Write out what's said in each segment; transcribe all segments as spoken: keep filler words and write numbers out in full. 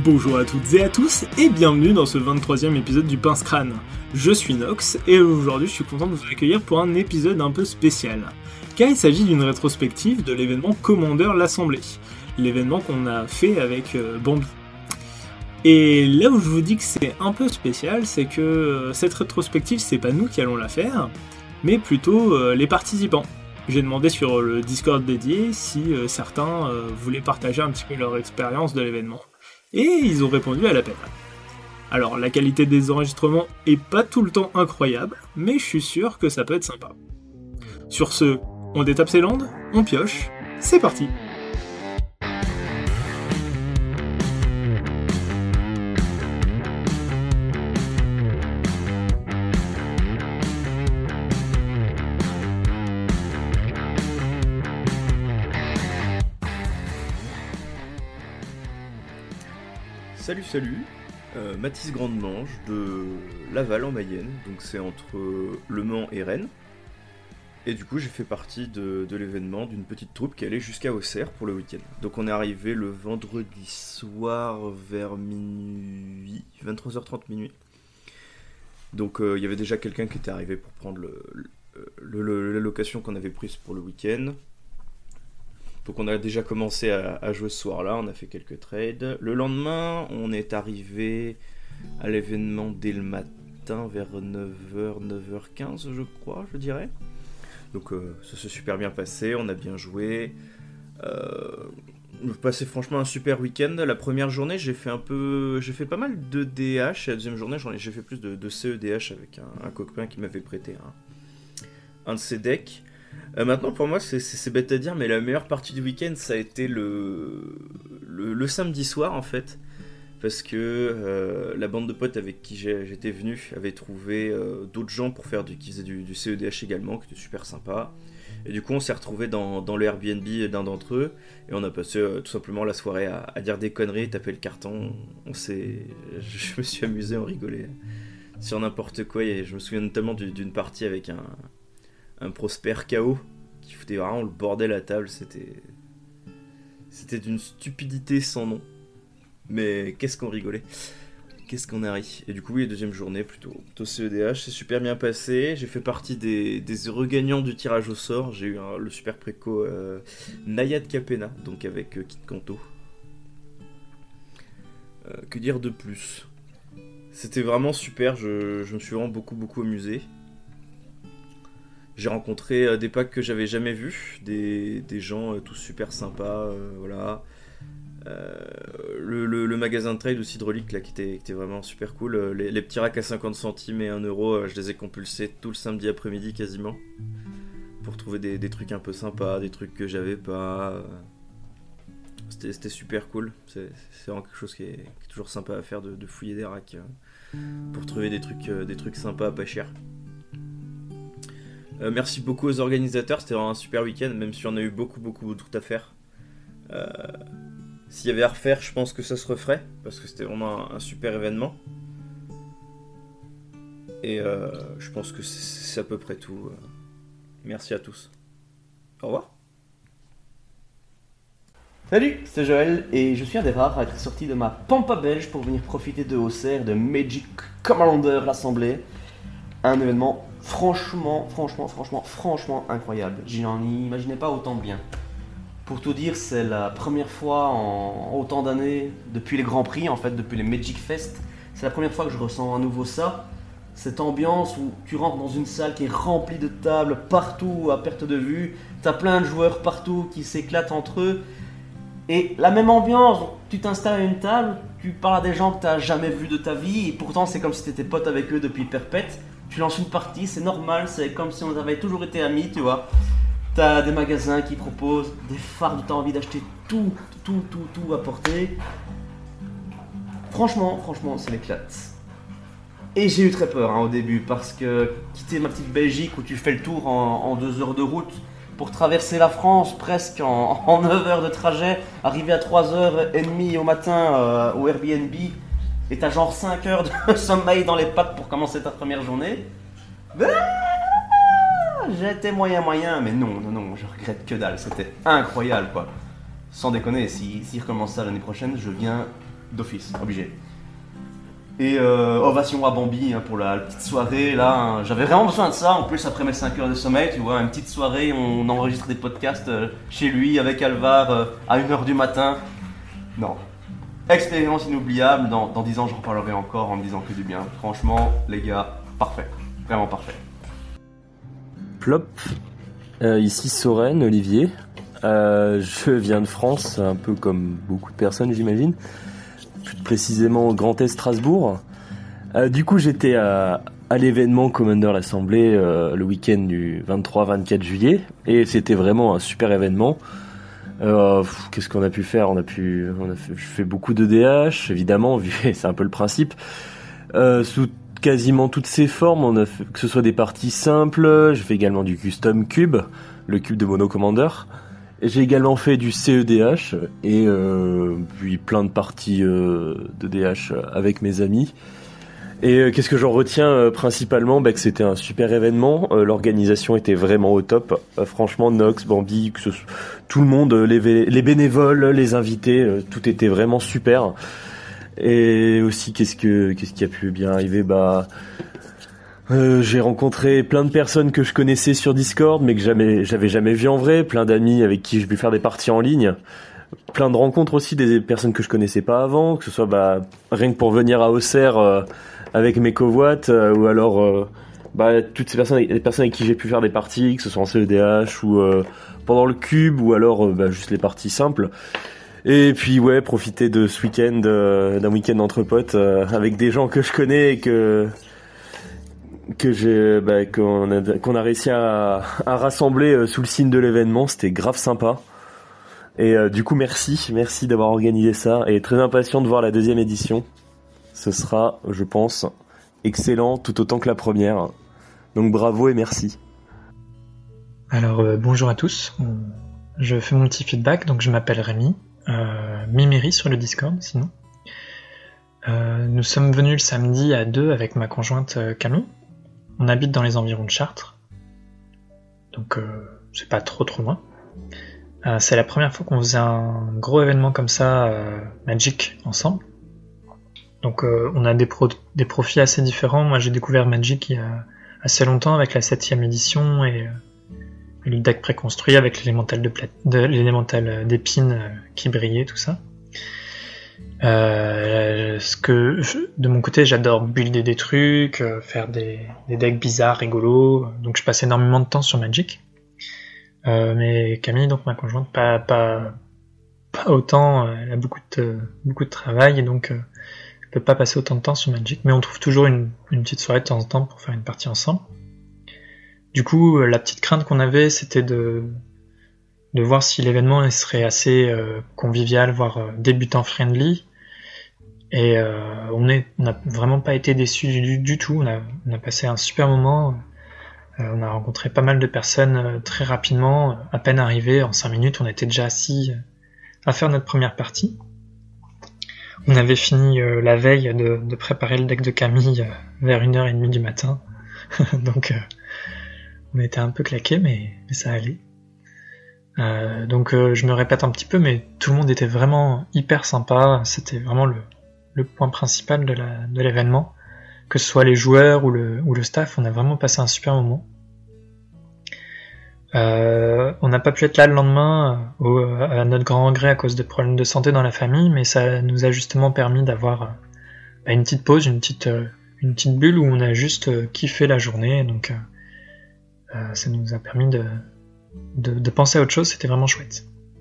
Bonjour à toutes et à tous et bienvenue dans ce vingt-troisième épisode du Pince Crâne. Je suis Nox et aujourd'hui je suis content de vous accueillir pour un épisode un peu spécial. Car il s'agit d'une rétrospective de l'événement Commander l'Assemblée, l'événement qu'on a fait avec euh, Bambi. Et là où je vous dis que c'est un peu spécial, c'est que euh, cette rétrospective c'est pas nous qui allons la faire, mais plutôt euh, les participants. J'ai demandé sur le Discord dédié si euh, certains euh, voulaient partager un petit peu leur expérience de l'événement. Et ils ont répondu à l'appel. Alors la qualité des enregistrements est pas tout le temps incroyable, mais je suis sûr que ça peut être sympa. Sur ce, on détape ses landes, on pioche, c'est parti. Salut salut, euh, Mathis Grandemange de Laval en Mayenne, donc c'est entre Le Mans et Rennes. Et du coup j'ai fait partie de, de l'événement d'une petite troupe qui allait jusqu'à Auxerre pour le week-end. Donc on est arrivé le vendredi soir vers minuit, vingt-trois heures trente minuit. Donc il euh, y avait déjà quelqu'un qui était arrivé pour prendre le, le, le, la location qu'on avait prise pour le week-end. Donc on a déjà commencé à, à jouer ce soir-là, on a fait quelques trades. Le lendemain, on est arrivé à l'événement dès le matin, vers neuf heures, neuf heures quinze je crois, je dirais. Donc euh, ça s'est super bien passé, on a bien joué. Euh, on a passé franchement un super week-end. La première journée, j'ai fait un peu, j'ai fait pas mal de D H, et la deuxième journée, j'en ai, j'ai fait plus de, de C E D H avec un, un copain qui m'avait prêté un, un de ses decks. Euh, maintenant pour moi c'est, c'est, c'est bête à dire mais la meilleure partie du week-end ça a été le, le, le samedi soir en fait parce que euh, la bande de potes avec qui j'ai, j'étais venu avait trouvé euh, d'autres gens pour faire du, qui faisaient du, du C E D H également qui était super sympa et du coup on s'est retrouvés dans, dans le Airbnb d'un d'entre eux et on a passé euh, tout simplement la soirée à, à dire des conneries, taper le carton. On s'est, je me suis amusé, on rigolait sur n'importe quoi et je me souviens notamment d'une, d'une partie avec un un Prosper K O qui foutait vraiment le bordel à table, c'était c'était d'une stupidité sans nom, mais qu'est-ce qu'on rigolait, qu'est-ce qu'on a ri. Et du coup oui, la deuxième journée plutôt, plutôt C E D H, c'est super bien passé, j'ai fait partie des, des heureux gagnants du tirage au sort, j'ai eu un, le super préco euh, Nayad Capena, donc avec euh, Kit Kanto. Euh, que dire de plus, c'était vraiment super, je, je me suis vraiment beaucoup beaucoup amusé. J'ai rencontré euh, des packs que j'avais jamais vus, des, des gens euh, tous super sympas, euh, voilà. Euh, le, le, le magasin de trade aussi hydraulique là qui était, qui était vraiment super cool. Euh, les, les petits racks à cinquante centimes et un euro, euh, je les ai compulsés tout le samedi après-midi quasiment. Pour trouver des, des trucs un peu sympas, des trucs que j'avais pas. Euh, c'était, c'était super cool. C'est, c'est vraiment quelque chose qui est, qui est toujours sympa à faire, de, de fouiller des racks euh, pour trouver des trucs, euh, des trucs sympas, pas chers. Euh, merci beaucoup aux organisateurs, c'était vraiment un super week-end, même si on a eu beaucoup beaucoup de trucs à faire. Euh, s'il y avait à refaire, je pense que ça se referait, parce que c'était vraiment un, un super événement. Et euh, je pense que c'est, c'est à peu près tout. Merci à tous. Au revoir. Salut, c'est Joël, et je suis un des rares à être sorti de ma pampa belge pour venir profiter de Auxerre de Magic Commander l'Assemblée. Un événement franchement, franchement, franchement, franchement incroyable. Je n'en imaginais pas autant bien. Pour tout dire, c'est la première fois en autant d'années, depuis les Grands Prix, en fait, depuis les Magic Fest, c'est la première fois que je ressens à nouveau ça. Cette ambiance où tu rentres dans une salle qui est remplie de tables partout à perte de vue, t'as plein de joueurs partout qui s'éclatent entre eux. Et la même ambiance, tu t'installes à une table, tu parles à des gens que t'as jamais vus de ta vie, et pourtant c'est comme si t'étais pote avec eux depuis perpète. Tu lances une partie, c'est normal, c'est comme si on avait toujours été amis, tu vois. T'as des magasins qui proposent des fards où t'as envie d'acheter tout, tout, tout, tout à porter. Franchement, franchement, c'est l'éclate. Et j'ai eu très peur hein, au début, parce que quitter ma petite Belgique où tu fais le tour en, en deux heures de route pour traverser la France presque en, en neuf heures de trajet, arriver à trois heures trente au matin euh, au Airbnb, et t'as genre cinq heures de sommeil dans les pattes pour commencer ta première journée. Ben, j'étais moyen moyen, mais non, non, non, je regrette que dalle, c'était incroyable quoi. Sans déconner, si, si recommence ça l'année prochaine, je viens d'office, obligé. Et euh, ovation à Bambi hein, pour la, la petite soirée, là, hein. J'avais vraiment besoin de ça, en plus après mes cinq heures de sommeil, tu vois, une petite soirée, on enregistre des podcasts euh, chez lui avec Alvar euh, à une heure du matin. Non. Expérience inoubliable, dans, dans dix ans j'en reparlerai encore en me disant que du bien. Franchement, les gars, parfait, vraiment parfait. Plop, euh, ici Soren, Olivier. Euh, je viens de France, un peu comme beaucoup de personnes j'imagine. Plus précisément au Grand Est Strasbourg. Euh, du coup j'étais à, à l'événement Commander l'Assemblée euh, le week-end du vingt-trois vingt-quatre juillet. Et c'était vraiment un super événement. Euh, pff, qu'est-ce qu'on a pu faire ? On a pu, on a fait, je fais beaucoup de D H, évidemment, vu c'est un peu le principe. Euh, sous quasiment toutes ses formes, on a fait, que ce soit des parties simples, j'ai fait également du custom cube, le cube de Mono Commander. Et j'ai également fait du C E D H et euh, puis plein de parties euh, de D H avec mes amis. Et euh, qu'est-ce que j'en retiens euh, principalement bah, que c'était un super événement, euh, l'organisation était vraiment au top. Euh, franchement, Nox, Bambi, que ce, tout le monde, les, les bénévoles, les invités, euh, tout était vraiment super. Et aussi, qu'est-ce que qu'est-ce qui a pu bien arriver bah, euh, j'ai rencontré plein de personnes que je connaissais sur Discord, mais que jamais, j'avais jamais vu en vrai, plein d'amis avec qui j'ai pu faire des parties en ligne. Plein de rencontres aussi, des personnes que je connaissais pas avant, que ce soit bah, rien que pour venir à Auxerre euh, avec mes covoites, euh, ou alors euh, bah, toutes ces personnes, les personnes avec qui j'ai pu faire des parties, que ce soit en C E D H ou euh, pendant le cube, ou alors euh, bah, juste les parties simples. Et puis ouais, profiter de ce week-end, euh, d'un week-end entre potes, euh, avec des gens que je connais et que que j'ai, bah, qu'on a qu'on a réussi à, à rassembler euh, sous le signe de l'événement. C'était grave sympa. Et euh, du coup, merci, merci d'avoir organisé ça. Et très impatient de voir la deuxième édition. Ce sera, je pense, excellent tout autant que la première. Donc bravo et merci. Alors euh, bonjour à tous. Je fais mon petit feedback. Donc je m'appelle Rémi, euh, Mimiri sur le Discord sinon. Euh, nous sommes venus le samedi à deux avec ma conjointe euh, Camille. On habite dans les environs de Chartres. Donc euh, c'est pas trop trop loin. Euh, c'est la première fois qu'on faisait un gros événement comme ça, euh, Magic, ensemble. Donc euh, on a des, pro- des profils assez différents. Moi j'ai découvert Magic il y a assez longtemps avec la septième édition et, euh, et le deck préconstruit avec l'élémental, de pla- de, l'élémental d'épines euh, qui brillait, tout ça. Euh, ce que de mon côté j'adore builder des trucs, euh, faire des, des decks bizarres, rigolos. Donc je passe énormément de temps sur Magic. Euh, mais Camille, donc ma conjointe, pas pas pas autant. Elle a beaucoup de beaucoup de travail et donc euh, elle peut pas passer autant de temps sur Magic. Mais on trouve toujours une une petite soirée de temps en temps pour faire une partie ensemble. Du coup, euh, la petite crainte qu'on avait, c'était de de voir si l'événement il serait assez euh, convivial, voire euh, débutant friendly. Et euh, on est on n'a vraiment pas été déçus du, du tout. On a on a passé un super moment. Euh, on a rencontré pas mal de personnes euh, très rapidement, à peine arrivés, en cinq minutes, on était déjà assis euh, à faire notre première partie. On avait fini euh, la veille de, de préparer le deck de Camille euh, vers une heure trente du matin, donc euh, on était un peu claqués, mais, mais ça allait. Euh, donc euh, je me répète un petit peu, mais tout le monde était vraiment hyper sympa, c'était vraiment le, le point principal de, la, de l'événement. Que ce soit les joueurs ou le, ou le staff, on a vraiment passé un super moment. Euh, on n'a pas pu être là le lendemain, euh, au, à notre grand regret à cause de problèmes de santé dans la famille, mais ça nous a justement permis d'avoir euh, bah, une petite pause, une petite, euh, une petite bulle où on a juste euh, kiffé la journée, donc euh, euh, ça nous a permis de, de, de penser à autre chose, c'était vraiment chouette.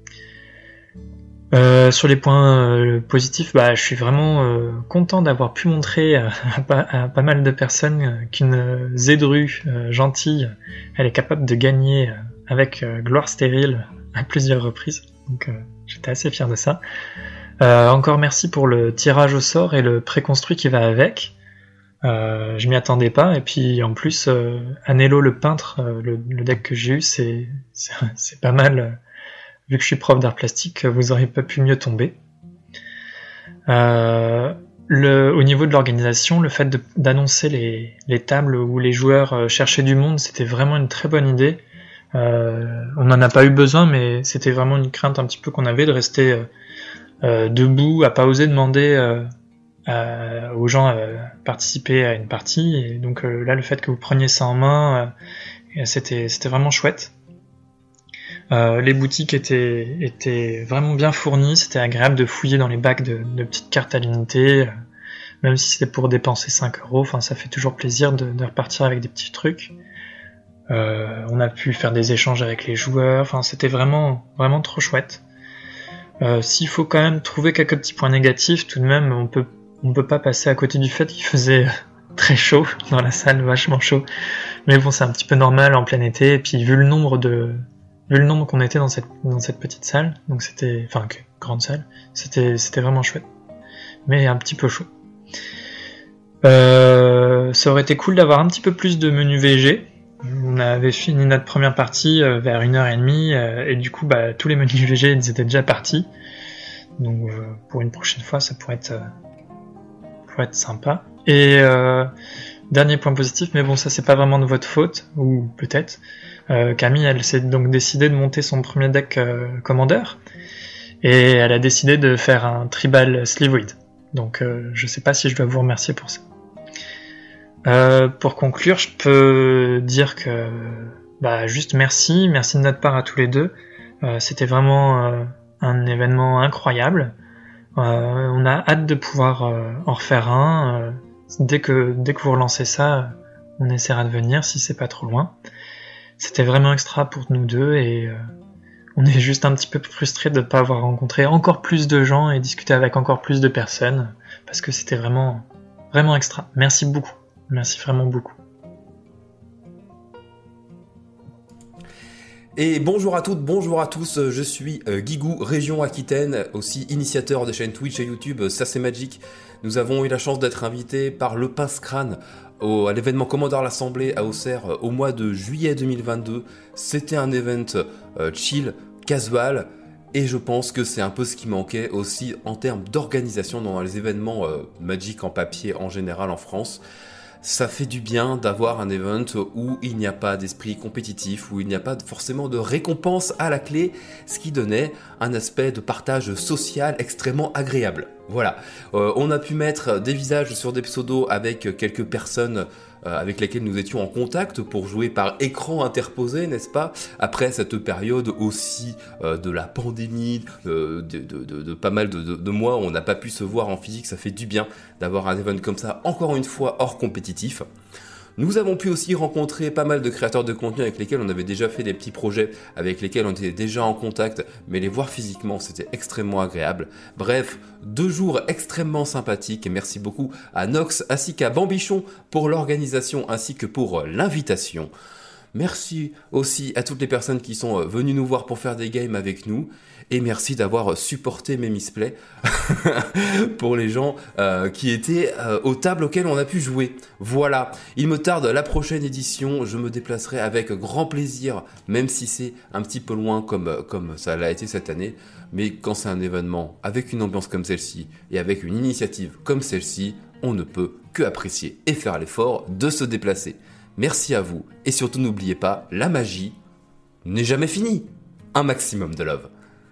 Euh, sur les points euh, positifs, bah, je suis vraiment euh, content d'avoir pu montrer à, à, pas, à pas mal de personnes euh, qu'une Zedru euh, gentille, elle est capable de gagner euh, avec euh, gloire stérile à plusieurs reprises. Donc euh, j'étais assez fier de ça. Euh, encore merci pour le tirage au sort et le préconstruit qui va avec. Euh, je m'y attendais pas et puis en plus euh, Anello le peintre, euh, le, le deck que j'ai eu, c'est c'est, c'est pas mal. Euh, Vu que je suis prof d'art plastique, vous auriez pas pu mieux tomber. Euh, le, au niveau de l'organisation, le fait de, d'annoncer les, les tables où les joueurs euh, cherchaient du monde, c'était vraiment une très bonne idée. Euh, on n'en a pas eu besoin, mais c'était vraiment une crainte un petit peu qu'on avait de rester euh, euh, debout, à pas oser demander euh, à, aux gens à participer à une partie. Et donc euh, là, le fait que vous preniez ça en main, euh, c'était, c'était vraiment chouette. Euh, les boutiques étaient, étaient vraiment bien fournies, c'était agréable de fouiller dans les bacs de, de petites cartes à l'unité, euh, même si c'était pour dépenser cinq euros, enfin ça fait toujours plaisir de, de repartir avec des petits trucs. Euh, on a pu faire des échanges avec les joueurs, enfin c'était vraiment, vraiment trop chouette. Euh, s'il faut quand même trouver quelques petits points négatifs, tout de même on peut, on peut pas passer à côté du fait qu'il faisait très chaud dans la salle, vachement chaud. Mais bon, c'est un petit peu normal en plein été, et puis vu le nombre de... Vu le nombre qu'on était dans cette, dans cette petite salle, donc c'était, enfin, okay, grande salle, c'était, c'était vraiment chouette. Mais un petit peu chaud. Euh, ça aurait été cool d'avoir un petit peu plus de menus V G. On avait fini notre première partie euh, vers une heure et demie, euh, et du coup, bah, tous les menus V G, ils étaient déjà partis. Donc, euh, pour une prochaine fois, ça pourrait être, euh, pourrait être sympa. Et, euh, dernier point positif, mais bon, ça c'est pas vraiment de votre faute, ou peut-être. Euh, Camille, elle s'est donc décidé de monter son premier deck euh, Commander, et elle a décidé de faire un tribal Slivoid. Donc euh, je sais pas si je dois vous remercier pour ça. Euh, pour conclure, je peux dire que bah juste merci, merci de notre part à tous les deux. Euh, c'était vraiment euh, un événement incroyable. Euh, on a hâte de pouvoir euh, en refaire un. Euh, dès que dès que vous relancez ça, on essaiera de venir si c'est pas trop loin. C'était vraiment extra pour nous deux et euh, on est juste un petit peu frustrés de ne pas avoir rencontré encore plus de gens et discuté avec encore plus de personnes parce que c'était vraiment, vraiment extra. Merci beaucoup. Merci vraiment beaucoup. Et bonjour à toutes, bonjour à tous, je suis euh, Guigou, région Aquitaine, aussi initiateur des chaînes Twitch et YouTube, ça c'est Magic. Nous avons eu la chance d'être invités par le Pince Crâne au, à l'événement Commander l'Assemblée à Auxerre euh, au mois de juillet deux mille vingt-deux. C'était un event euh, chill, casual, et je pense que c'est un peu ce qui manquait aussi en termes d'organisation dans les événements euh, Magic en papier en général en France. Ça fait du bien d'avoir un event où il n'y a pas d'esprit compétitif, où il n'y a pas forcément de récompense à la clé, ce qui donnait un aspect de partage social extrêmement agréable. Voilà, euh, on a pu mettre des visages sur des pseudos avec quelques personnes euh, avec lesquelles nous étions en contact pour jouer par écran interposé, n'est-ce pas? Après cette période aussi euh, de la pandémie, euh, de, de, de, de pas mal de, de, de mois où on n'a pas pu se voir en physique, ça fait du bien d'avoir un event comme ça, encore une fois hors compétitif. Nous avons pu aussi rencontrer pas mal de créateurs de contenu avec lesquels on avait déjà fait des petits projets, avec lesquels on était déjà en contact, mais les voir physiquement, c'était extrêmement agréable. Bref, deux jours extrêmement sympathiques et merci beaucoup à Nox ainsi qu'à Bambichon pour l'organisation ainsi que pour l'invitation. Merci aussi à toutes les personnes qui sont venues nous voir pour faire des games avec nous. Et merci d'avoir supporté mes misplays pour les gens euh, qui étaient euh, aux tables auxquelles on a pu jouer. Voilà, il me tarde la prochaine édition, je me déplacerai avec grand plaisir, même si c'est un petit peu loin comme, comme ça l'a été cette année. Mais quand c'est un événement avec une ambiance comme celle-ci et avec une initiative comme celle-ci, on ne peut que apprécier et faire l'effort de se déplacer. Merci à vous et surtout n'oubliez pas, la magie n'est jamais finie. Un maximum de love.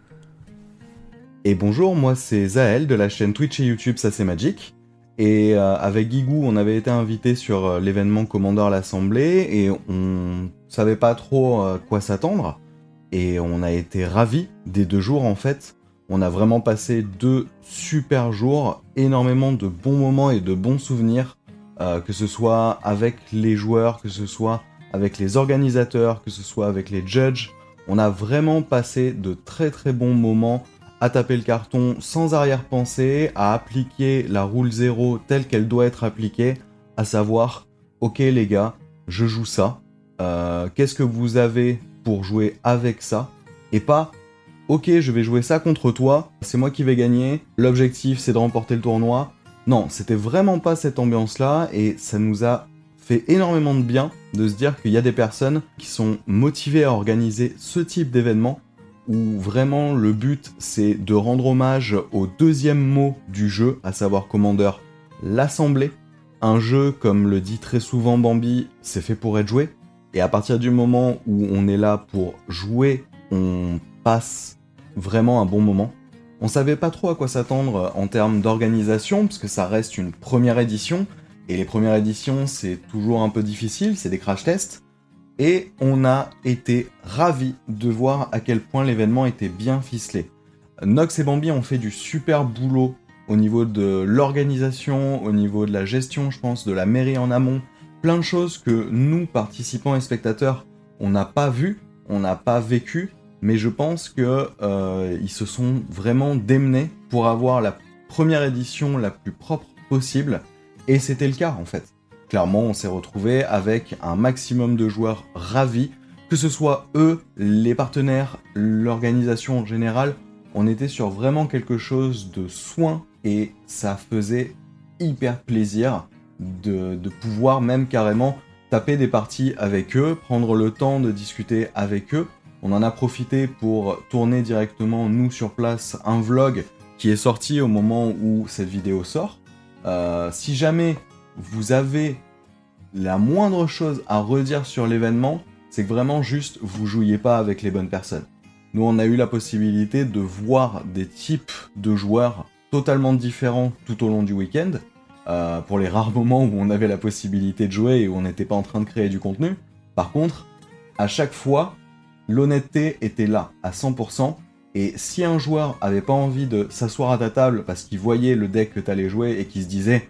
Et bonjour, moi c'est Zaël de la chaîne Twitch et YouTube Ça c'est Magic. Et euh, avec Guigou, on avait été invité sur euh, l'événement Commander l'Assemblée et on savait pas trop à euh, quoi s'attendre. Et on a été ravis des deux jours en fait. On a vraiment passé deux super jours, énormément de bons moments et de bons souvenirs, euh, que ce soit avec les joueurs, que ce soit avec les organisateurs, que ce soit avec les judges. On a vraiment passé de très très bons moments à taper le carton sans arrière-pensée, à appliquer la rule zéro telle qu'elle doit être appliquée, à savoir, ok les gars, je joue ça, euh, qu'est-ce que vous avez pour jouer avec ça, et pas, ok je vais jouer ça contre toi, c'est moi qui vais gagner, l'objectif c'est de remporter le tournoi. Non, c'était vraiment pas cette ambiance-là, et ça nous a fait énormément de bien de se dire qu'il y a des personnes qui sont motivées à organiser ce type d'événement, où vraiment le but c'est de rendre hommage au deuxième mot du jeu, à savoir Commander, l'Assemblée. Un jeu, comme le dit très souvent Bambi, c'est fait pour être joué, et à partir du moment où on est là pour jouer, on passe vraiment un bon moment. On savait pas trop à quoi s'attendre en termes d'organisation, parce que ça reste une première édition, et les premières éditions, c'est toujours un peu difficile, c'est des crash tests. Et on a été ravis de voir à quel point l'événement était bien ficelé. Nox et Bambi ont fait du super boulot au niveau de l'organisation, au niveau de la gestion, je pense, de la mairie en amont. Plein de choses que nous, participants et spectateurs, on n'a pas vu, on n'a pas vécu, mais je pense qu'ils euh, se sont vraiment démenés pour avoir la première édition la plus propre possible, et c'était le cas en fait. Clairement, on s'est retrouvé avec un maximum de joueurs ravis, que ce soit eux, les partenaires, l'organisation en général, on était sur vraiment quelque chose de soin, et ça faisait hyper plaisir de, de pouvoir même carrément taper des parties avec eux, prendre le temps de discuter avec eux. On en a profité pour tourner directement, nous, sur place, un vlog qui est sorti au moment où cette vidéo sort. Euh, si jamais vous avez la moindre chose à redire sur l'événement, c'est que vraiment juste, vous jouiez pas avec les bonnes personnes. Nous, on a eu la possibilité de voir des types de joueurs totalement différents tout au long du week-end, euh, pour les rares moments où on avait la possibilité de jouer et où on n'était pas en train de créer du contenu. Par contre, à chaque fois, l'honnêteté était là, à cent pour cent, et si un joueur avait pas envie de s'asseoir à ta table parce qu'il voyait le deck que t'allais jouer et qu'il se disait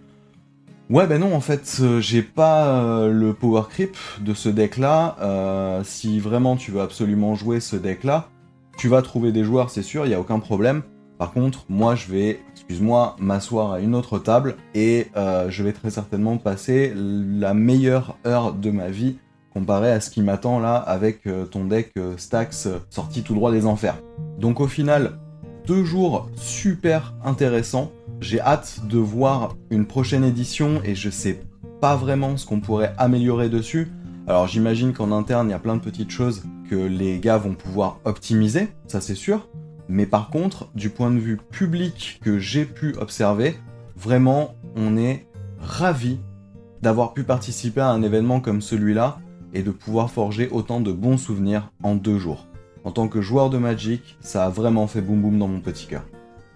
« Ouais ben non, en fait, euh, j'ai pas euh, le power creep de ce deck-là, euh, si vraiment tu veux absolument jouer ce deck-là, tu vas trouver des joueurs, c'est sûr, il n'y a aucun problème. Par contre, moi je vais, excuse-moi, m'asseoir à une autre table et euh, je vais très certainement passer la meilleure heure de ma vie comparé à ce qui m'attend là avec euh, ton deck euh, Stax euh, sorti tout droit des enfers. » Donc au final, deux jours super intéressants. J'ai hâte de voir une prochaine édition et je sais pas vraiment ce qu'on pourrait améliorer dessus. Alors j'imagine qu'en interne, il y a plein de petites choses que les gars vont pouvoir optimiser, ça c'est sûr. Mais par contre, du point de vue public que j'ai pu observer, vraiment, on est ravis d'avoir pu participer à un événement comme celui-là et de pouvoir forger autant de bons souvenirs en deux jours. En tant que joueur de Magic, ça a vraiment fait boum boum dans mon petit cœur.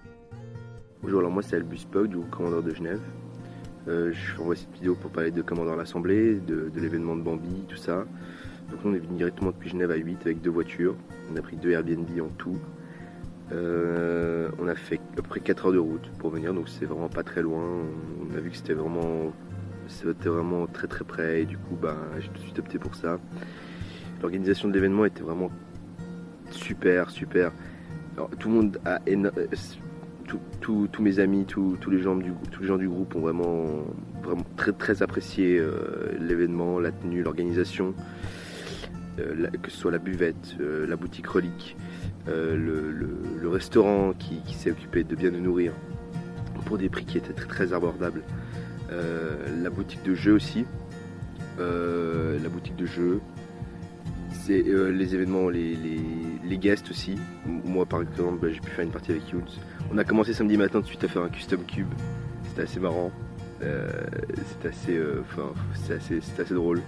Bonjour, alors moi c'est Albus Pog du Commandeur de Genève. Euh, je envoie cette vidéo pour parler de Commandeur de l'Assemblée, de, de l'événement de Bambi, tout ça. Donc nous on est venu directement depuis Genève à huit avec deux voitures. On a pris deux Airbnb en tout. Euh, on a fait à peu près quatre heures de route pour venir, donc c'est vraiment pas très loin. On a vu que c'était vraiment, c'était vraiment très très près et du coup bah, j'ai tout de suite opté pour ça. L'organisation de l'événement était vraiment super, super. Alors, tout le monde a éno... tous mes amis, tous les gens du tous les gens du groupe ont vraiment, vraiment très très apprécié euh, l'événement, la tenue, l'organisation, euh, que ce soit la buvette, euh, la boutique relique, euh, le, le, le restaurant qui, qui s'est occupé de bien nous nourrir pour des prix qui étaient très très abordables, euh, la boutique de jeux aussi, euh, la boutique de jeux. C'est, euh, les événements, les, les, les guests aussi. Moi par exemple, bah, j'ai pu faire une partie avec Younes. On a commencé samedi matin tout de suite à faire un custom cube. C'était assez marrant. Euh, c'était assez, euh, c'était assez, c'était assez drôle.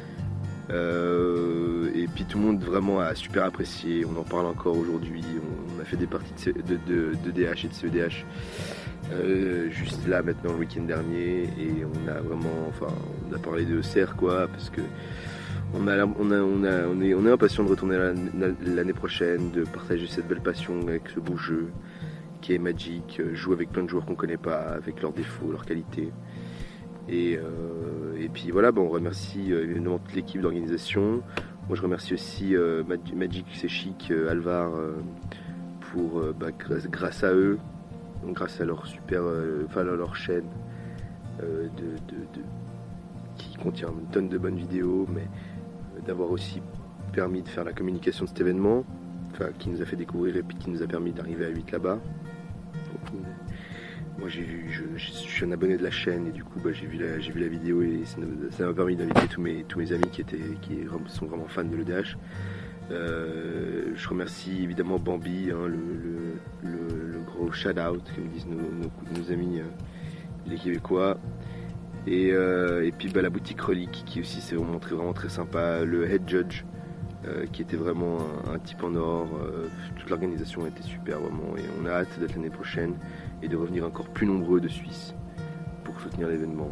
Euh, et puis tout le monde vraiment a super apprécié. On en parle encore aujourd'hui. On a fait des parties de, de, de, de D H et de C E D H. Euh, juste là maintenant le week-end dernier. Et on a vraiment, enfin, on a parlé de C R quoi, parce que On, a, on, a, on, a, on, est, on est impatient de retourner l'année prochaine, de partager cette belle passion avec ce beau jeu qui est Magic, jouer avec plein de joueurs qu'on connaît pas, avec leurs défauts, leurs qualités. Et, euh, et puis voilà, bon, on remercie euh, évidemment toute l'équipe d'organisation. Moi je remercie aussi euh, Magic C'est Chic, euh, Alvar, euh, pour euh, bah, grâce, grâce à eux, donc grâce à leur super, euh, enfin à leur chaîne euh, de, de, de, qui contient une tonne de bonnes vidéos, mais d'avoir aussi permis de faire la communication de cet événement, enfin, qui nous a fait découvrir et puis qui nous a permis d'arriver à huit là-bas. Donc, moi j'ai vu, je, je suis un abonné de la chaîne et du coup bah, j'ai vu la, j'ai vu la vidéo et ça m'a permis d'inviter tous mes, tous mes amis qui, étaient, qui sont vraiment fans de l'E D H. Euh, je remercie évidemment Bambi, hein, le, le, le, le gros shout-out, comme disent nos, nos, nos amis euh, les Québécois. Et, euh, et puis bah, la boutique relique qui aussi s'est montré vraiment très sympa, le head judge euh, qui était vraiment un, un type en or. Euh, toute l'organisation était super vraiment et on a hâte d'être l'année prochaine et de revenir encore plus nombreux de Suisse pour soutenir l'événement.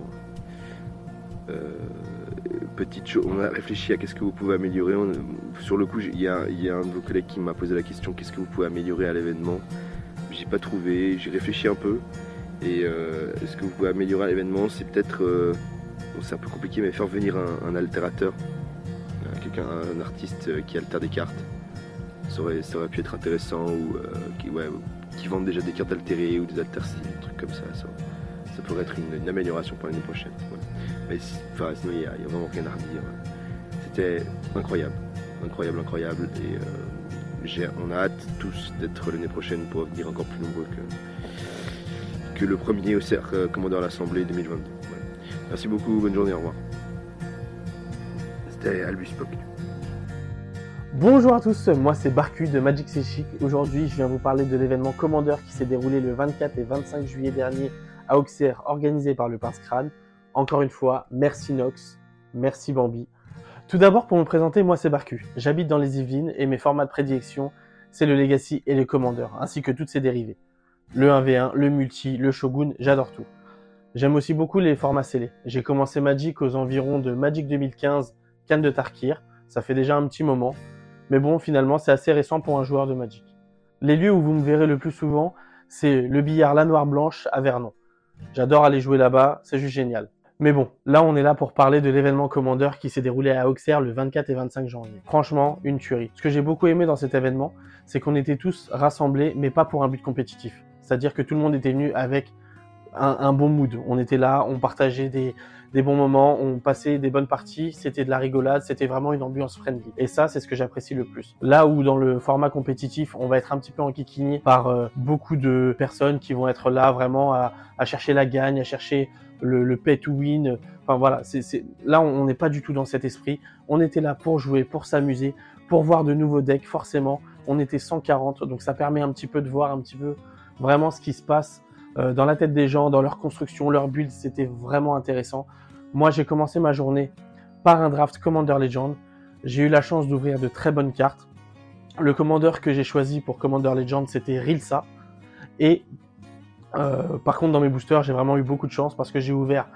Euh, petite chose, on a réfléchi à qu'est-ce que vous pouvez améliorer. On, sur le coup, il y, a, il y a un de vos collègues qui m'a posé la question qu'est-ce que vous pouvez améliorer à l'événement. J'ai pas trouvé, j'ai réfléchi un peu. Et euh, ce que vous pouvez améliorer à l'événement, c'est peut-être, euh, bon, c'est un peu compliqué, mais faire venir un, un altérateur, euh, quelqu'un, un artiste euh, qui altère des cartes. Ça aurait, ça aurait pu être intéressant ou euh, qui, ouais, qui vendent déjà des cartes altérées ou des alterciles, des trucs comme ça. Ça, ça pourrait être une, une amélioration pour l'année prochaine. Ouais. Mais enfin, sinon, il n'y a, a vraiment rien à redire. C'était incroyable, incroyable, incroyable. Et euh, j'ai, on a hâte tous d'être l'année prochaine pour venir encore plus nombreux que, que le premier au cercle Commandeur à l'Assemblée deux mille vingt-deux. Ouais. Merci beaucoup, bonne journée, au revoir. C'était Albus Pock. Bonjour à tous, moi c'est Barcu de Magic C'est Chic. Aujourd'hui, je viens vous parler de l'événement Commander qui s'est déroulé le vingt-quatre et vingt-cinq juillet dernier à Auxerre, organisé par le Pince Crâne. Encore une fois, merci Nox, merci Bambi. Tout d'abord, pour me présenter, moi c'est Barcu. J'habite dans les Yvelines et mes formats de prédilection, c'est le Legacy et le Commander, ainsi que toutes ses dérivés. Le un v un, le Multi, le Shogun, j'adore tout. J'aime aussi beaucoup les formats scellés. J'ai commencé Magic aux environs de Magic deux mille quinze, Khan de Tarkir, ça fait déjà un petit moment. Mais bon, finalement, c'est assez récent pour un joueur de Magic. Les lieux où vous me verrez le plus souvent, c'est le billard La Noire Blanche à Vernon. J'adore aller jouer là-bas, c'est juste génial. Mais bon, là on est là pour parler de l'événement Commander qui s'est déroulé à Auxerre le vingt-quatre et vingt-cinq janvier. Franchement, une tuerie. Ce que j'ai beaucoup aimé dans cet événement, c'est qu'on était tous rassemblés, mais pas pour un but compétitif. C'est-à-dire que tout le monde était venu avec un, un bon mood. On était là, on partageait des, des bons moments, on passait des bonnes parties, c'était de la rigolade, c'était vraiment une ambiance friendly. Et ça, c'est ce que j'apprécie le plus. Là où dans le format compétitif, on va être un petit peu enquiquiné par euh, beaucoup de personnes qui vont être là vraiment à, à chercher la gagne, à chercher le, le pay to win. Enfin voilà, c'est, c'est... là on n'est pas du tout dans cet esprit. On était là pour jouer, pour s'amuser, pour voir de nouveaux decks. Forcément, on était cent quarante, donc ça permet un petit peu de voir un petit peu vraiment ce qui se passe euh, dans la tête des gens, dans leur construction, leur build. C'était vraiment intéressant. Moi, j'ai commencé ma journée par un draft Commander Legend. J'ai eu la chance d'ouvrir de très bonnes cartes. Le Commander que j'ai choisi pour Commander Legend, c'était Rilsa. Et euh, par contre, dans mes boosters, j'ai vraiment eu beaucoup de chance parce que j'ai ouvert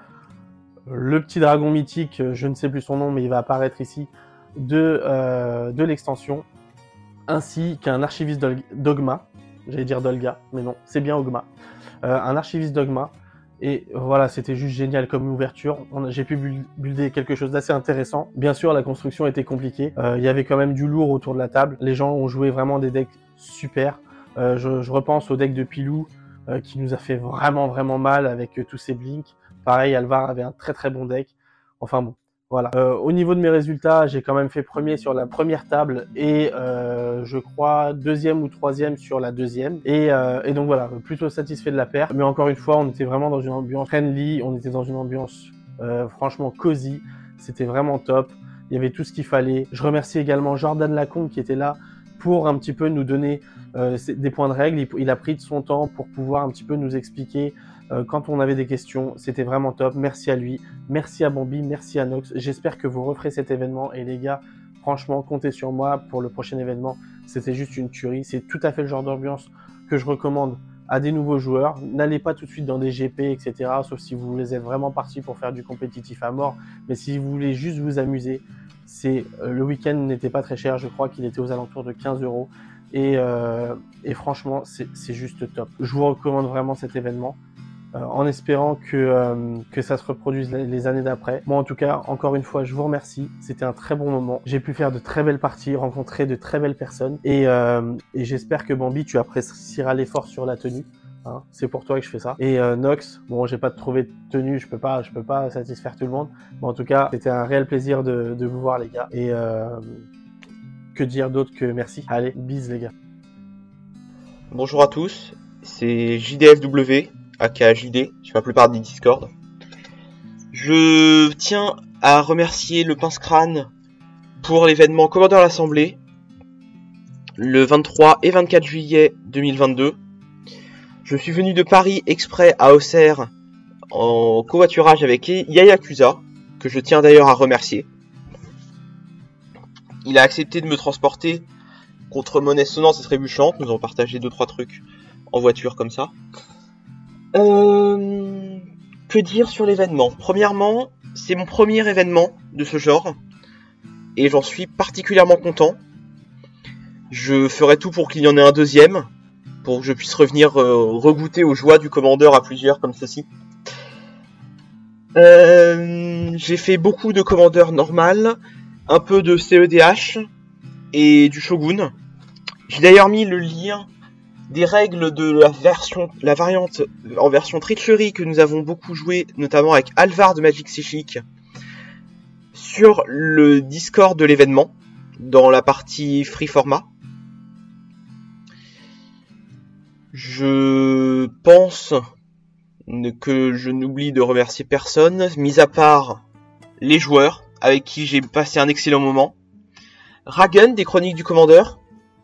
le petit dragon mythique, je ne sais plus son nom, mais il va apparaître ici, de, euh, de l'extension, ainsi qu'un archiviste Dogma. J'allais dire Dolga, mais non, c'est bien Ogma. Euh, un archiviste Dogma. Et voilà, c'était juste génial comme ouverture. On a, j'ai pu builder quelque chose d'assez intéressant. Bien sûr, la construction était compliquée. Euh, il y avait quand même du lourd autour de la table. Les gens ont joué vraiment des decks super. Euh, je, je repense au deck de Pilou euh, qui nous a fait vraiment vraiment mal avec euh, tous ces blinks. Pareil, Alvar avait un très très bon deck. Enfin bon, voilà. Euh, au niveau de mes résultats, j'ai quand même fait premier sur la première table et euh, je crois deuxième ou troisième sur la deuxième. Et, euh, et donc voilà, plutôt satisfait de la paire. Mais encore une fois, on était vraiment dans une ambiance friendly, on était dans une ambiance euh, franchement cosy. C'était vraiment top. Il y avait tout ce qu'il fallait. Je remercie également Jordan Lacombe qui était là pour un petit peu nous donner euh, des points de règle. Il, il a pris de son temps pour pouvoir un petit peu nous expliquer euh, quand on avait des questions. C'était vraiment top. Merci à lui. Merci à Bambi. Merci à Nox. J'espère que vous referez cet événement. Et les gars, franchement, comptez sur moi pour le prochain événement. C'était juste une tuerie. C'est tout à fait le genre d'ambiance que je recommande à des nouveaux joueurs. N'allez pas tout de suite dans des G P, et cetera. Sauf si vous êtes vraiment partis pour faire du compétitif à mort. Mais si vous voulez juste vous amuser, c'est euh, le week-end n'était pas très cher. Je crois qu'il était aux alentours de quinze euros. Et, euh, et franchement, c'est, c'est juste top. Je vous recommande vraiment cet événement. Euh, en espérant que, euh, que ça se reproduise les années d'après. Moi en tout cas, encore une fois, je vous remercie. C'était un très bon moment. J'ai pu faire de très belles parties, rencontrer de très belles personnes. Et, euh, et j'espère que Bambi, tu apprécieras l'effort sur la tenue. Hein, c'est pour toi que je fais ça. Et euh, Nox, bon, j'ai pas trouvé de tenue, je peux pas, je peux pas satisfaire tout le monde. Mais en tout cas, c'était un réel plaisir de, de vous voir les gars. Et euh, que dire d'autre que merci. Allez, bis les gars. Bonjour à tous, c'est J D F W. aka J D, sur la plupart des Discord. Je tiens à remercier le Pince Crâne pour l'événement Commander à l'Assemblée le vingt-trois et vingt-quatre juillet deux mille vingt-deux. Je suis venu de Paris exprès à Auxerre en covoiturage avec Yayakusa, que je tiens d'ailleurs à remercier. il a accepté de me transporter contre monnaie sonnante et trébuchante. Nous avons partagé deux trois trucs en voiture comme ça. Euh, que dire sur l'événement ? Premièrement, c'est mon premier événement de ce genre et j'en suis particulièrement content. Je ferai tout pour qu'il y en ait un deuxième, pour que je puisse revenir euh, regoûter aux joies du commandeur à plusieurs comme ceci. Euh, j'ai fait beaucoup de commandeur normal, un peu de C E D H et du Shogun. J'ai d'ailleurs mis le lien des règles de la version, la variante en version Treachery que nous avons beaucoup joué, notamment avec Alvar de Magic Psychic, sur le Discord de l'événement, dans la partie free format. Je pense que je n'oublie de remercier personne, mis à part les joueurs, avec qui j'ai passé un excellent moment. Ragen, des Chroniques du Commandeur.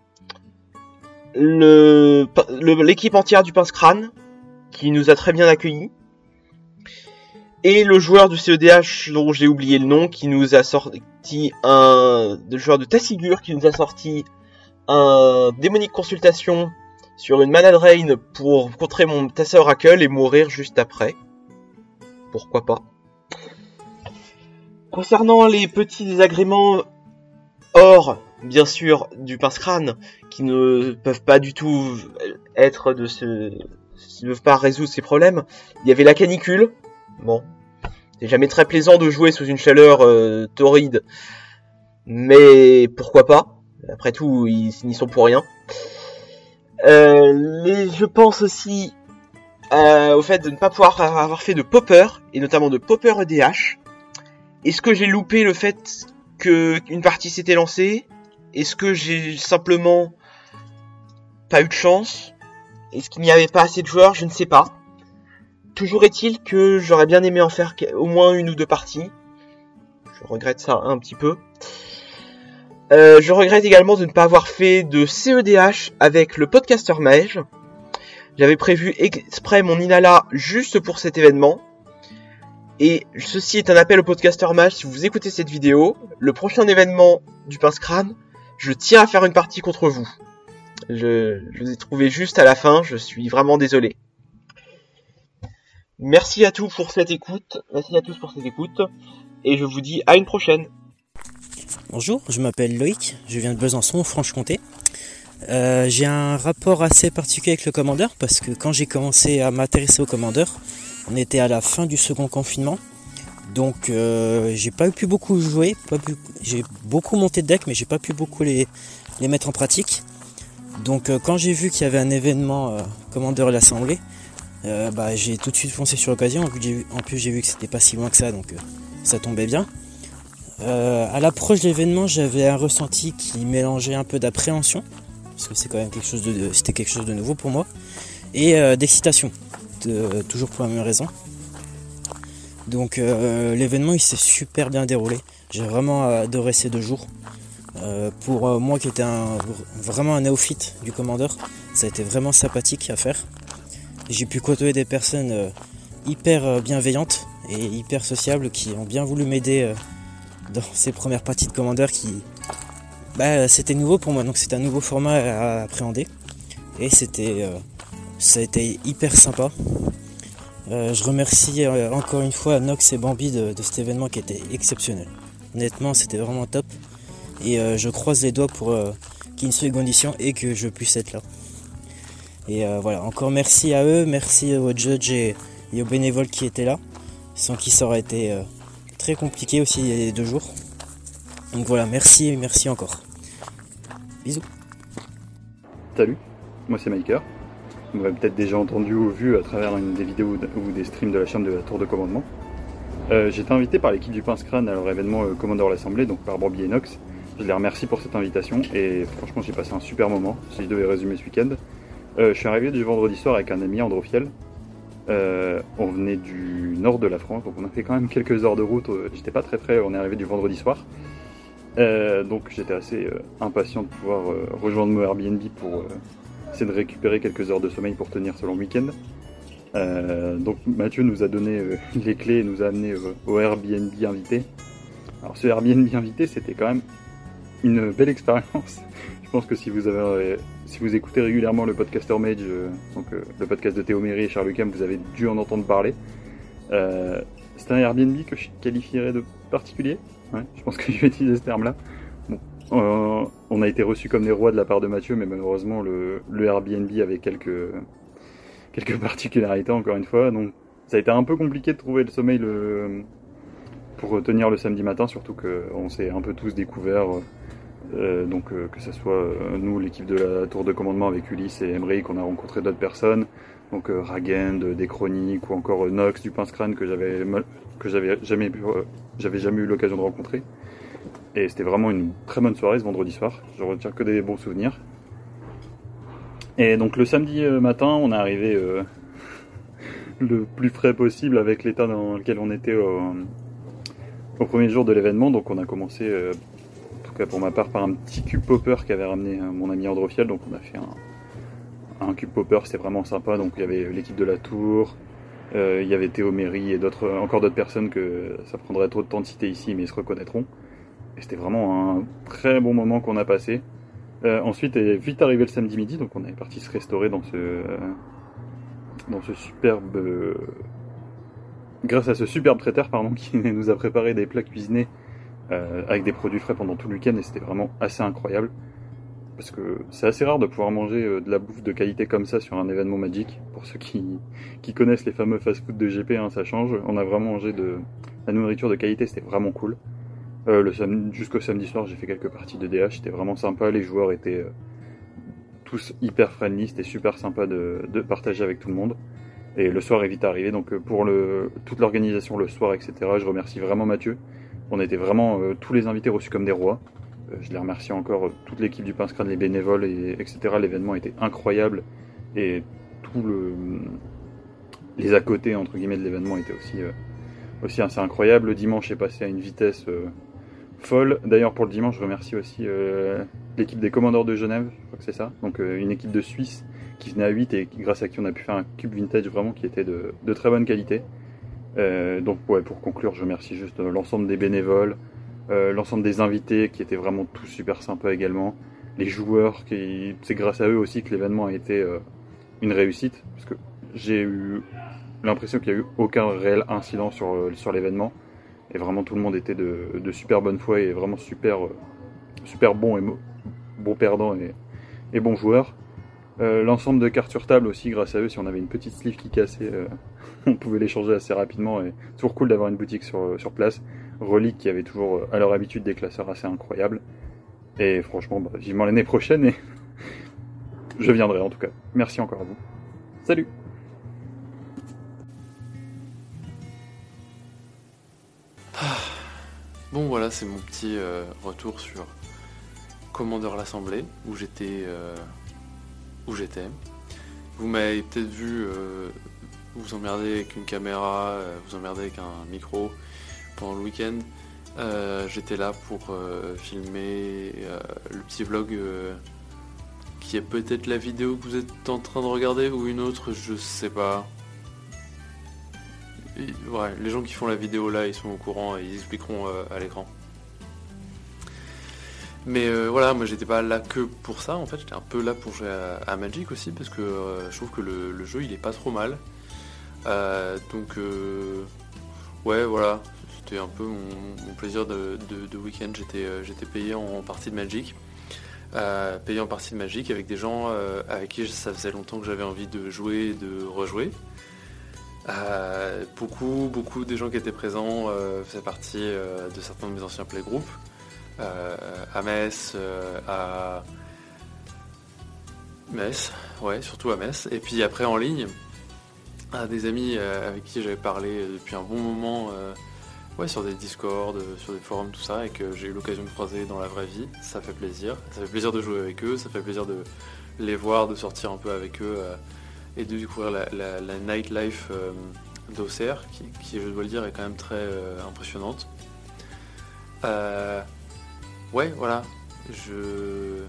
Le, le, l'équipe entière du Pince Crâne, qui nous a très bien accueillis. Et le joueur du C E D H, dont j'ai oublié le nom, qui nous a sorti un... Le joueur de Tassigur, qui nous a sorti un démonique consultation sur une Mana Drain pour contrer mon Tassa Oracle et mourir juste après. Pourquoi pas. Concernant les petits désagréments hors, bien sûr, du Pince Crâne, qui ne peuvent pas du tout être de ce... ne peuvent pas résoudre ces problèmes, il y avait la canicule. Bon, c'est jamais très plaisant de jouer sous une chaleur euh, torride, mais pourquoi pas. Après tout, ils n'y sont pour rien. Euh, les, je pense aussi euh, au fait de ne pas pouvoir avoir fait de popper, et notamment de popper E D H. Est-ce que j'ai loupé le fait qu'une partie s'était lancée ? Est-ce que j'ai simplement pas eu de chance ? Est-ce qu'il n'y avait pas assez de joueurs ? Je ne sais pas. Toujours est-il que j'aurais bien aimé en faire au moins une ou deux parties. Je regrette ça un petit peu. Euh, je regrette également de ne pas avoir fait de C E D H avec le podcaster mage. J'avais prévu exprès mon Inala juste pour cet événement. Et ceci est un appel au podcaster mage. Si vous écoutez cette vidéo, le prochain événement du Pince Crâne, je tiens à faire une partie contre vous. Je, je vous ai trouvé juste à la fin, je suis vraiment désolé. Merci à tous pour cette écoute, merci à tous pour cette écoute, et je vous dis à une prochaine. Bonjour, je m'appelle Loïc, je viens de Besançon, Franche-Comté. Euh, j'ai un rapport assez particulier avec le commandeur parce que quand j'ai commencé à m'intéresser au commandeur, on était à la fin du second confinement, donc euh, j'ai pas pu beaucoup jouer, pas pu, j'ai beaucoup monté de deck mais j'ai pas pu beaucoup les, les mettre en pratique. Donc euh, quand j'ai vu qu'il y avait un événement euh, commandeur à l'Assemblée, euh, bah, j'ai tout de suite foncé sur l'occasion, en plus j'ai, en plus, j'ai vu que c'était pas si loin que ça, donc euh, ça tombait bien. Euh, à l'approche de l'événement, j'avais un ressenti qui mélangeait un peu d'appréhension, parce que c'est quand même quelque chose de, c'était quelque chose de nouveau pour moi, et euh, d'excitation, de, toujours pour la même raison. Donc euh, l'événement il s'est super bien déroulé, j'ai vraiment adoré ces deux jours. Euh, pour euh, moi qui était un, vraiment un néophyte du commandeur, ça a été vraiment sympathique à faire. J'ai pu côtoyer des personnes euh, hyper euh, bienveillantes et hyper sociables qui ont bien voulu m'aider euh, dans ces premières parties de commandeur qui, bah, c'était nouveau pour moi, donc c'était un nouveau format à appréhender et c'était, euh, ça a été hyper sympa. Euh, je remercie euh, encore une fois Nox et Bambi de, de cet événement qui était exceptionnel. Honnêtement, c'était vraiment top et euh, je croise les doigts pour euh, qu'il y ait une seconde édition et que je puisse être là. Et euh, voilà, encore merci à eux, merci aux judges et, et aux bénévoles qui étaient là, sans qui ça aurait été euh, très compliqué aussi les deux jours. Donc voilà, merci et merci encore. Bisous. Salut, moi c'est Maker. Vous m'avez peut-être déjà entendu ou vu à travers une des vidéos ou des streams de la chaîne de la Tour de Commandement. Euh, j'ai été invité par l'équipe du Pince Crâne à leur événement euh, Commandeur l'Assemblée, donc par Bambi et Nox. Je les remercie pour cette invitation et franchement j'ai passé un super moment, si je devais résumer ce week-end. Euh, je suis arrivé du vendredi soir avec un ami, Androfiel. Euh, on venait du nord de la France, donc on a fait quand même quelques heures de route. J'étais pas très frais, on est arrivé du vendredi soir. Euh, donc j'étais assez euh, impatient de pouvoir euh, rejoindre mon Airbnb pour euh, essayer de récupérer quelques heures de sommeil pour tenir ce long week-end. Euh, donc Mathieu nous a donné euh, les clés et nous a amené euh, au Airbnb invité. Alors ce Airbnb invité, c'était quand même une belle expérience. Je pense que si vous avez, si vous écoutez régulièrement le podcaster Mage, euh, donc euh, le podcast de Théo Méry et Charles Lucam, vous avez dû en entendre parler. Euh, c'est un Airbnb que je qualifierais de particulier. Ouais, je pense que je vais utiliser ce terme-là. Bon, euh, on a été reçus comme des rois de la part de Mathieu, mais malheureusement le, le Airbnb avait quelques, quelques particularités encore une fois. Donc ça a été un peu compliqué de trouver le sommeil le, pour tenir le samedi matin, surtout qu'on s'est un peu tous découverts. Euh, donc euh, que ce soit euh, nous, l'équipe de la tour de commandement avec Ulysse et Emery, qu'on a rencontré d'autres personnes, donc euh, Ragend, euh, des chroniques, ou encore euh, Nox du Pince Crâne que j'avais que j'avais jamais pu, euh, j'avais jamais eu l'occasion de rencontrer. Et c'était vraiment une très bonne soirée ce vendredi soir. Je retiens que des bons souvenirs. Et donc le samedi matin, on est arrivé euh, le plus frais possible avec l'état dans lequel on était au, au premier jour de l'événement. Donc on a commencé euh, pour ma part par un petit cube popper qu'avait ramené mon ami Androfiel. Donc on a fait un, un cube popper, c'était vraiment sympa. Donc il y avait l'équipe de la tour, euh, il y avait Théo Méry et d'autres, encore d'autres personnes que ça prendrait trop de temps de citer ici, mais ils se reconnaîtront. Et c'était vraiment un très bon moment qu'on a passé. Euh, ensuite est vite arrivé le samedi midi, donc on est parti se restaurer dans ce euh, dans ce superbe euh, grâce à ce superbe traiteur pardon qui nous a préparé des plats cuisinés Euh, avec des produits frais pendant tout le week-end, et c'était vraiment assez incroyable parce que c'est assez rare de pouvoir manger euh, de la bouffe de qualité comme ça sur un événement Magic. Pour ceux qui, qui connaissent les fameux fast-food de G P, hein, ça change. On a vraiment mangé de la nourriture de qualité, c'était vraiment cool. Euh, le sam- jusqu'au samedi soir, j'ai fait quelques parties de D H, c'était vraiment sympa. Les joueurs étaient euh, tous hyper friendly, c'était super sympa de, de partager avec tout le monde. Et le soir est vite arrivé, donc euh, pour le, toute l'organisation le soir, et cetera, je remercie vraiment Mathieu. On était vraiment euh, tous les invités reçus comme des rois. Euh, je les remercie encore, euh, toute l'équipe du Pince Crâne, les bénévoles, et, etc. L'événement était incroyable. Et tout le, les à côté, entre guillemets, de l'événement étaient aussi, euh, aussi assez incroyables. Le dimanche est passé à une vitesse euh, folle. D'ailleurs, pour le dimanche, je remercie aussi euh, l'équipe des Commandeurs de Genève, je crois que c'est ça. Donc euh, une équipe de Suisse qui venait à huit et qui, grâce à qui on a pu faire un cube vintage vraiment qui était de, de très bonne qualité. Euh, donc ouais, pour conclure, je remercie juste l'ensemble des bénévoles, euh, l'ensemble des invités qui étaient vraiment tous super sympas également, les joueurs, qui c'est grâce à eux aussi que l'événement a été euh, une réussite, parce que j'ai eu l'impression qu'il n'y a eu aucun réel incident sur, sur l'événement, et vraiment tout le monde était de, de super bonne foi et vraiment super, super bon et bon perdant et, et bon joueur. Euh, l'ensemble de cartes sur table aussi, grâce à eux, si on avait une petite sleeve qui cassait, euh, on pouvait l'échanger assez rapidement, et toujours cool d'avoir une boutique sur, sur place. Relique qui avait toujours à leur habitude des classeurs assez incroyables, et franchement bah, vivement l'année prochaine, et je viendrai en tout cas. Merci encore à vous. Salut. Bon voilà, c'est mon petit euh, retour sur Commander l'Assemblée, où j'étais... Euh... où j'étais. Vous m'avez peut-être vu euh, vous emmerder avec une caméra, euh, vous emmerder avec un micro pendant le week-end. Euh, j'étais là pour euh, filmer euh, le petit vlog euh, qui est peut-être la vidéo que vous êtes en train de regarder ou une autre, je sais pas. Et, ouais, les gens qui font la vidéo là, ils sont au courant et ils expliqueront euh, à l'écran. Mais euh, voilà, moi j'étais pas là que pour ça, en fait j'étais un peu là pour jouer à, à Magic aussi, parce que euh, je trouve que le, le jeu il est pas trop mal. Euh, donc euh, ouais voilà, c'était un peu mon, mon plaisir de, de, de week-end, j'étais, euh, j'étais payé en, en partie de Magic. Euh, payé en partie de Magic avec des gens euh, avec qui ça faisait longtemps que j'avais envie de jouer et de rejouer. Euh, beaucoup, beaucoup des gens qui étaient présents euh, faisaient partie euh, de certains de mes anciens playgroups. Euh, à Metz, euh, à Metz, ouais, surtout à Metz, et puis après en ligne, à des amis euh, avec qui j'avais parlé depuis un bon moment, euh, ouais, sur des Discord, sur des forums, tout ça, et que j'ai eu l'occasion de croiser dans la vraie vie. Ça fait plaisir, ça fait plaisir de jouer avec eux, ça fait plaisir de les voir, de sortir un peu avec eux euh, et de découvrir la, la, la nightlife euh, d'O C R, qui, qui, je dois le dire, est quand même très euh, impressionnante. Euh, Ouais, voilà, je...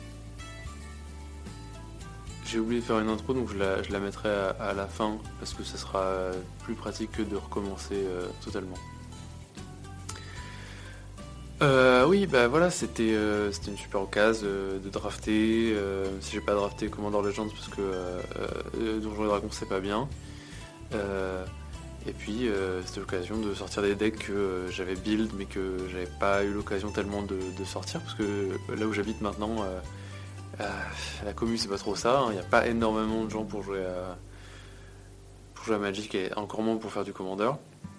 J'ai oublié de faire une intro, donc je la, je la mettrai à, à la fin, parce que ça sera plus pratique que de recommencer euh, totalement. Euh, oui, bah voilà, c'était euh, c'était une super occasion euh, de drafter. Euh, même si j'ai pas drafté Commander Legends parce que euh, euh, Donjons et Dragons c'est pas bien. Euh, et puis euh, c'était l'occasion de sortir des decks que euh, j'avais build mais que j'avais pas eu l'occasion tellement de, de sortir parce que euh, là où j'habite maintenant, euh, euh, la commune c'est pas trop ça. Il hein, n'y a pas énormément de gens pour jouer à pour jouer à Magic et encore moins pour faire du Commander.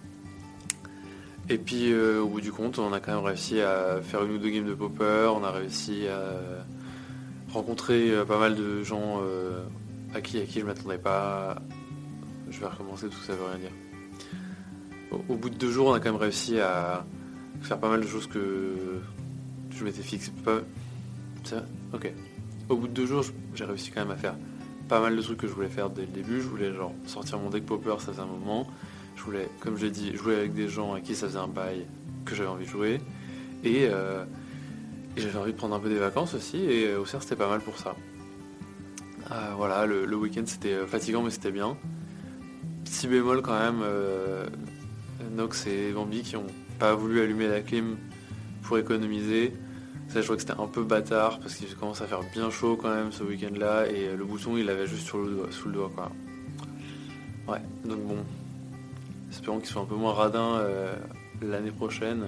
Et puis euh, au bout du compte, on a quand même réussi à faire une ou deux games de Pauper, on a réussi à rencontrer euh, pas mal de gens euh, à qui à qui je m'attendais pas. Je vais recommencer, tout ça veut rien dire. Au, au bout de deux jours, on a quand même réussi à faire pas mal de choses que je m'étais fixé. Pas... Ça ok. Au bout de deux jours, j'ai réussi quand même à faire pas mal de trucs que je voulais faire dès le début. Je voulais genre sortir mon deck Pauper, ça faisait un moment. Je voulais, comme j'ai dit, jouer avec des gens à qui ça faisait un bail que j'avais envie de jouer. Et, euh, et j'avais envie de prendre un peu des vacances aussi. Et au Auxerre, c'était pas mal pour ça. Euh, voilà, le, le week-end, c'était fatigant, mais c'était bien. Petit bémol quand même, euh, Nox et Bambi qui ont pas voulu allumer la clim pour économiser. Ça, je vois que c'était un peu bâtard parce qu'il commence à faire bien chaud quand même ce week-end-là. Et le bouton, il l'avait juste sur le doigt, sous le doigt, quoi. Ouais, donc bon. Espérons qu'ils soient un peu moins radins euh, l'année prochaine.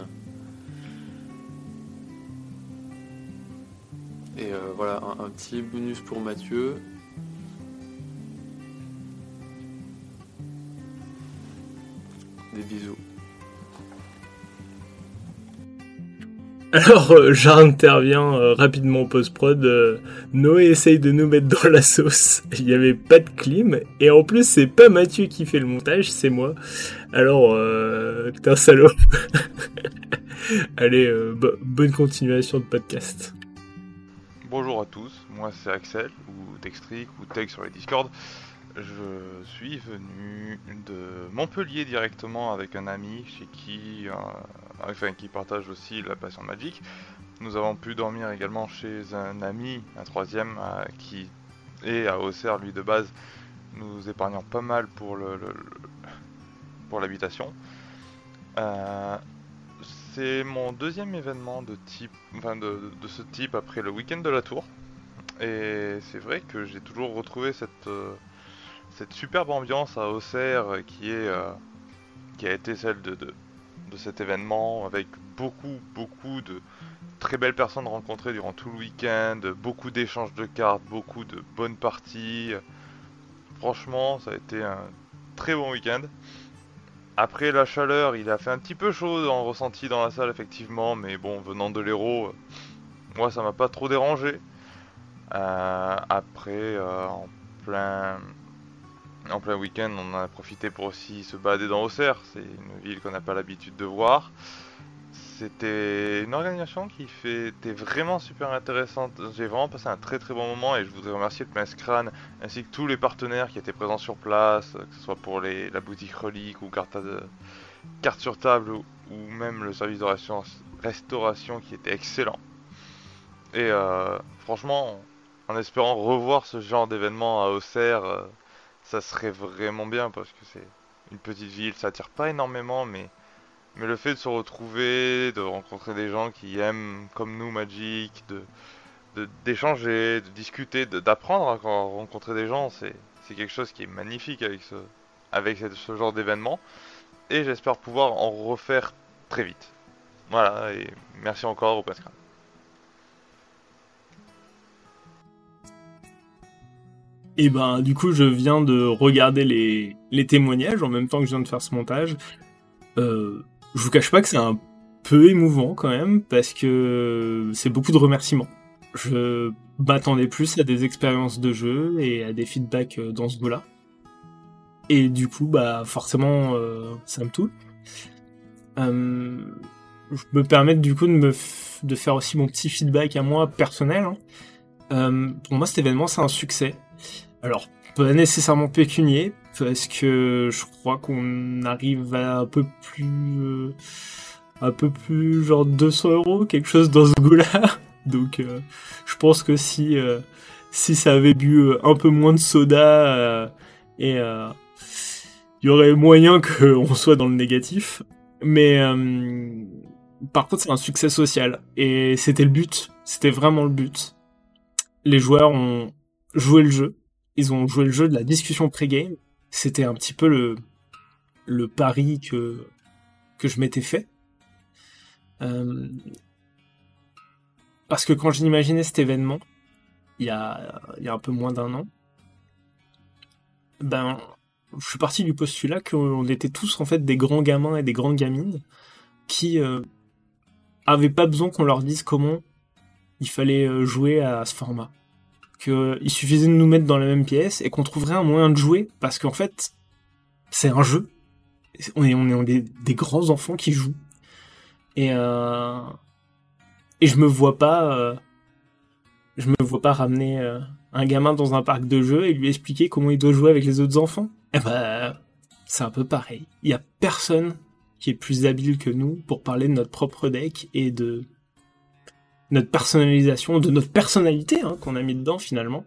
Et euh, voilà, un, un petit bonus pour Mathieu. Des bisous. Alors, euh, j'interviens euh, rapidement en post-prod. Euh, Noé essaye de nous mettre dans la sauce. Il n'y avait pas de clim. Et en plus, c'est pas Mathieu qui fait le montage, c'est moi. Alors, euh, t'es un salaud. Allez, euh, bo- bonne continuation de podcast. Bonjour à tous, moi c'est Axel, ou Dextric, ou Teg sur les Discord. Je suis venu de Montpellier directement avec un ami chez qui, euh, enfin, qui partage aussi la passion de Magic. Nous avons pu dormir également chez un ami, un troisième, euh, qui est à Auxerre, lui de base, nous épargnant pas mal pour le, le, le pour l'habitation. Euh, c'est mon deuxième événement de type, enfin de, de ce type après le week-end de la Tour. Et c'est vrai que j'ai toujours retrouvé cette euh, cette superbe ambiance à Auxerre qui est euh, qui a été celle de, de, de cet événement, avec beaucoup beaucoup de très belles personnes rencontrées durant tout le week-end, beaucoup d'échanges de cartes, beaucoup de bonnes parties. Franchement, ça a été un très bon week-end. Après la chaleur, il a fait un petit peu chaud en ressenti dans la salle effectivement, mais bon, venant de l'Hérault, moi ça m'a pas trop dérangé. Euh, après, euh, en plein En plein week-end, on en a profité pour aussi se balader dans Auxerre. C'est une ville qu'on n'a pas l'habitude de voir. C'était une organisation qui fait... était vraiment super intéressante. J'ai vraiment passé un très très bon moment et je voudrais remercier le Pince-Crâne ainsi que tous les partenaires qui étaient présents sur place, que ce soit pour les... la boutique Relique ou carte, de... carte sur table ou... ou même le service de restauration... restauration qui était excellent. Et euh, franchement, en espérant revoir ce genre d'événement à Auxerre, euh, ça serait vraiment bien parce que c'est une petite ville, ça attire pas énormément, mais, mais le fait de se retrouver, de rencontrer des gens qui aiment comme nous Magic, de, de, d'échanger, de discuter, de, d'apprendre à rencontrer des gens, c'est, c'est quelque chose qui est magnifique avec ce, avec ce, ce genre d'événement. Et j'espère pouvoir en refaire très vite. Voilà, et merci encore au Pascal. Et ben du coup je viens de regarder les, les témoignages en même temps que je viens de faire ce montage. Euh, je vous cache pas que c'est un peu émouvant quand même parce que c'est beaucoup de remerciements. Je m'attendais plus à des expériences de jeu et à des feedbacks dans ce goût-là. Et du coup bah forcément euh, ça me touche. Euh, je me permets du coup de me f- de faire aussi mon petit feedback à moi personnel. Hein. Euh, pour moi cet événement c'est un succès. Alors, pas nécessairement pécunier, parce que je crois qu'on arrive à un peu plus... Euh, un peu plus genre deux cents euros, quelque chose dans ce goût-là. Donc, euh, je pense que si, euh, si ça avait bu euh, un peu moins de soda, euh, et il euh, y aurait moyen qu'on soit dans le négatif. Mais, euh, par contre, c'est un succès social. Et c'était le but. C'était vraiment le but. Les joueurs ont joué le jeu. Ils ont joué le jeu de la discussion pré-game. C'était un petit peu le, le pari que, que je m'étais fait. Euh, parce que quand j'imaginais cet événement, il y a, il y a un peu moins d'un an, ben, je suis parti du postulat qu'on était tous en fait des grands gamins et des grandes gamines qui euh, avaient pas besoin qu'on leur dise comment il fallait jouer à ce format. Qu'il suffisait de nous mettre dans la même pièce et qu'on trouverait un moyen de jouer, parce qu'en fait, c'est un jeu. On est, on est des, des grands enfants qui jouent. Et, euh, et je me vois pas, euh, je me vois pas ramener euh, un gamin dans un parc de jeux et lui expliquer comment il doit jouer avec les autres enfants. Eh ben, c'est un peu pareil. Il y a personne qui est plus habile que nous pour parler de notre propre deck et de notre personnalisation, de notre personnalité hein, qu'on a mis dedans finalement.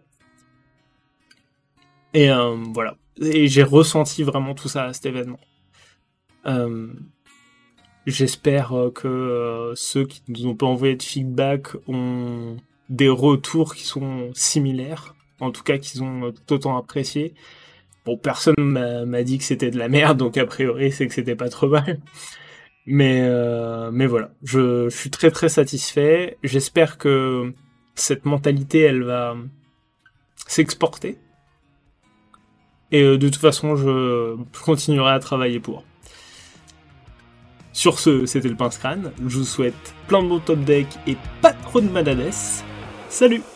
Et euh, voilà. Et j'ai ressenti vraiment tout ça à cet événement. Euh, j'espère que euh, ceux qui nous ont pas envoyé de feedback ont des retours qui sont similaires, en tout cas qu'ils ont tout autant apprécié. Bon, personne m'a, m'a dit que c'était de la merde, donc a priori c'est que c'était pas trop mal. Mais euh, mais voilà, je, je suis très très satisfait. J'espère que cette mentalité, elle va s'exporter. Et euh, de toute façon, je continuerai à travailler pour. Sur ce, c'était le Pince Crâne. Je vous souhaite plein de bons top decks et pas trop de madades. Salut!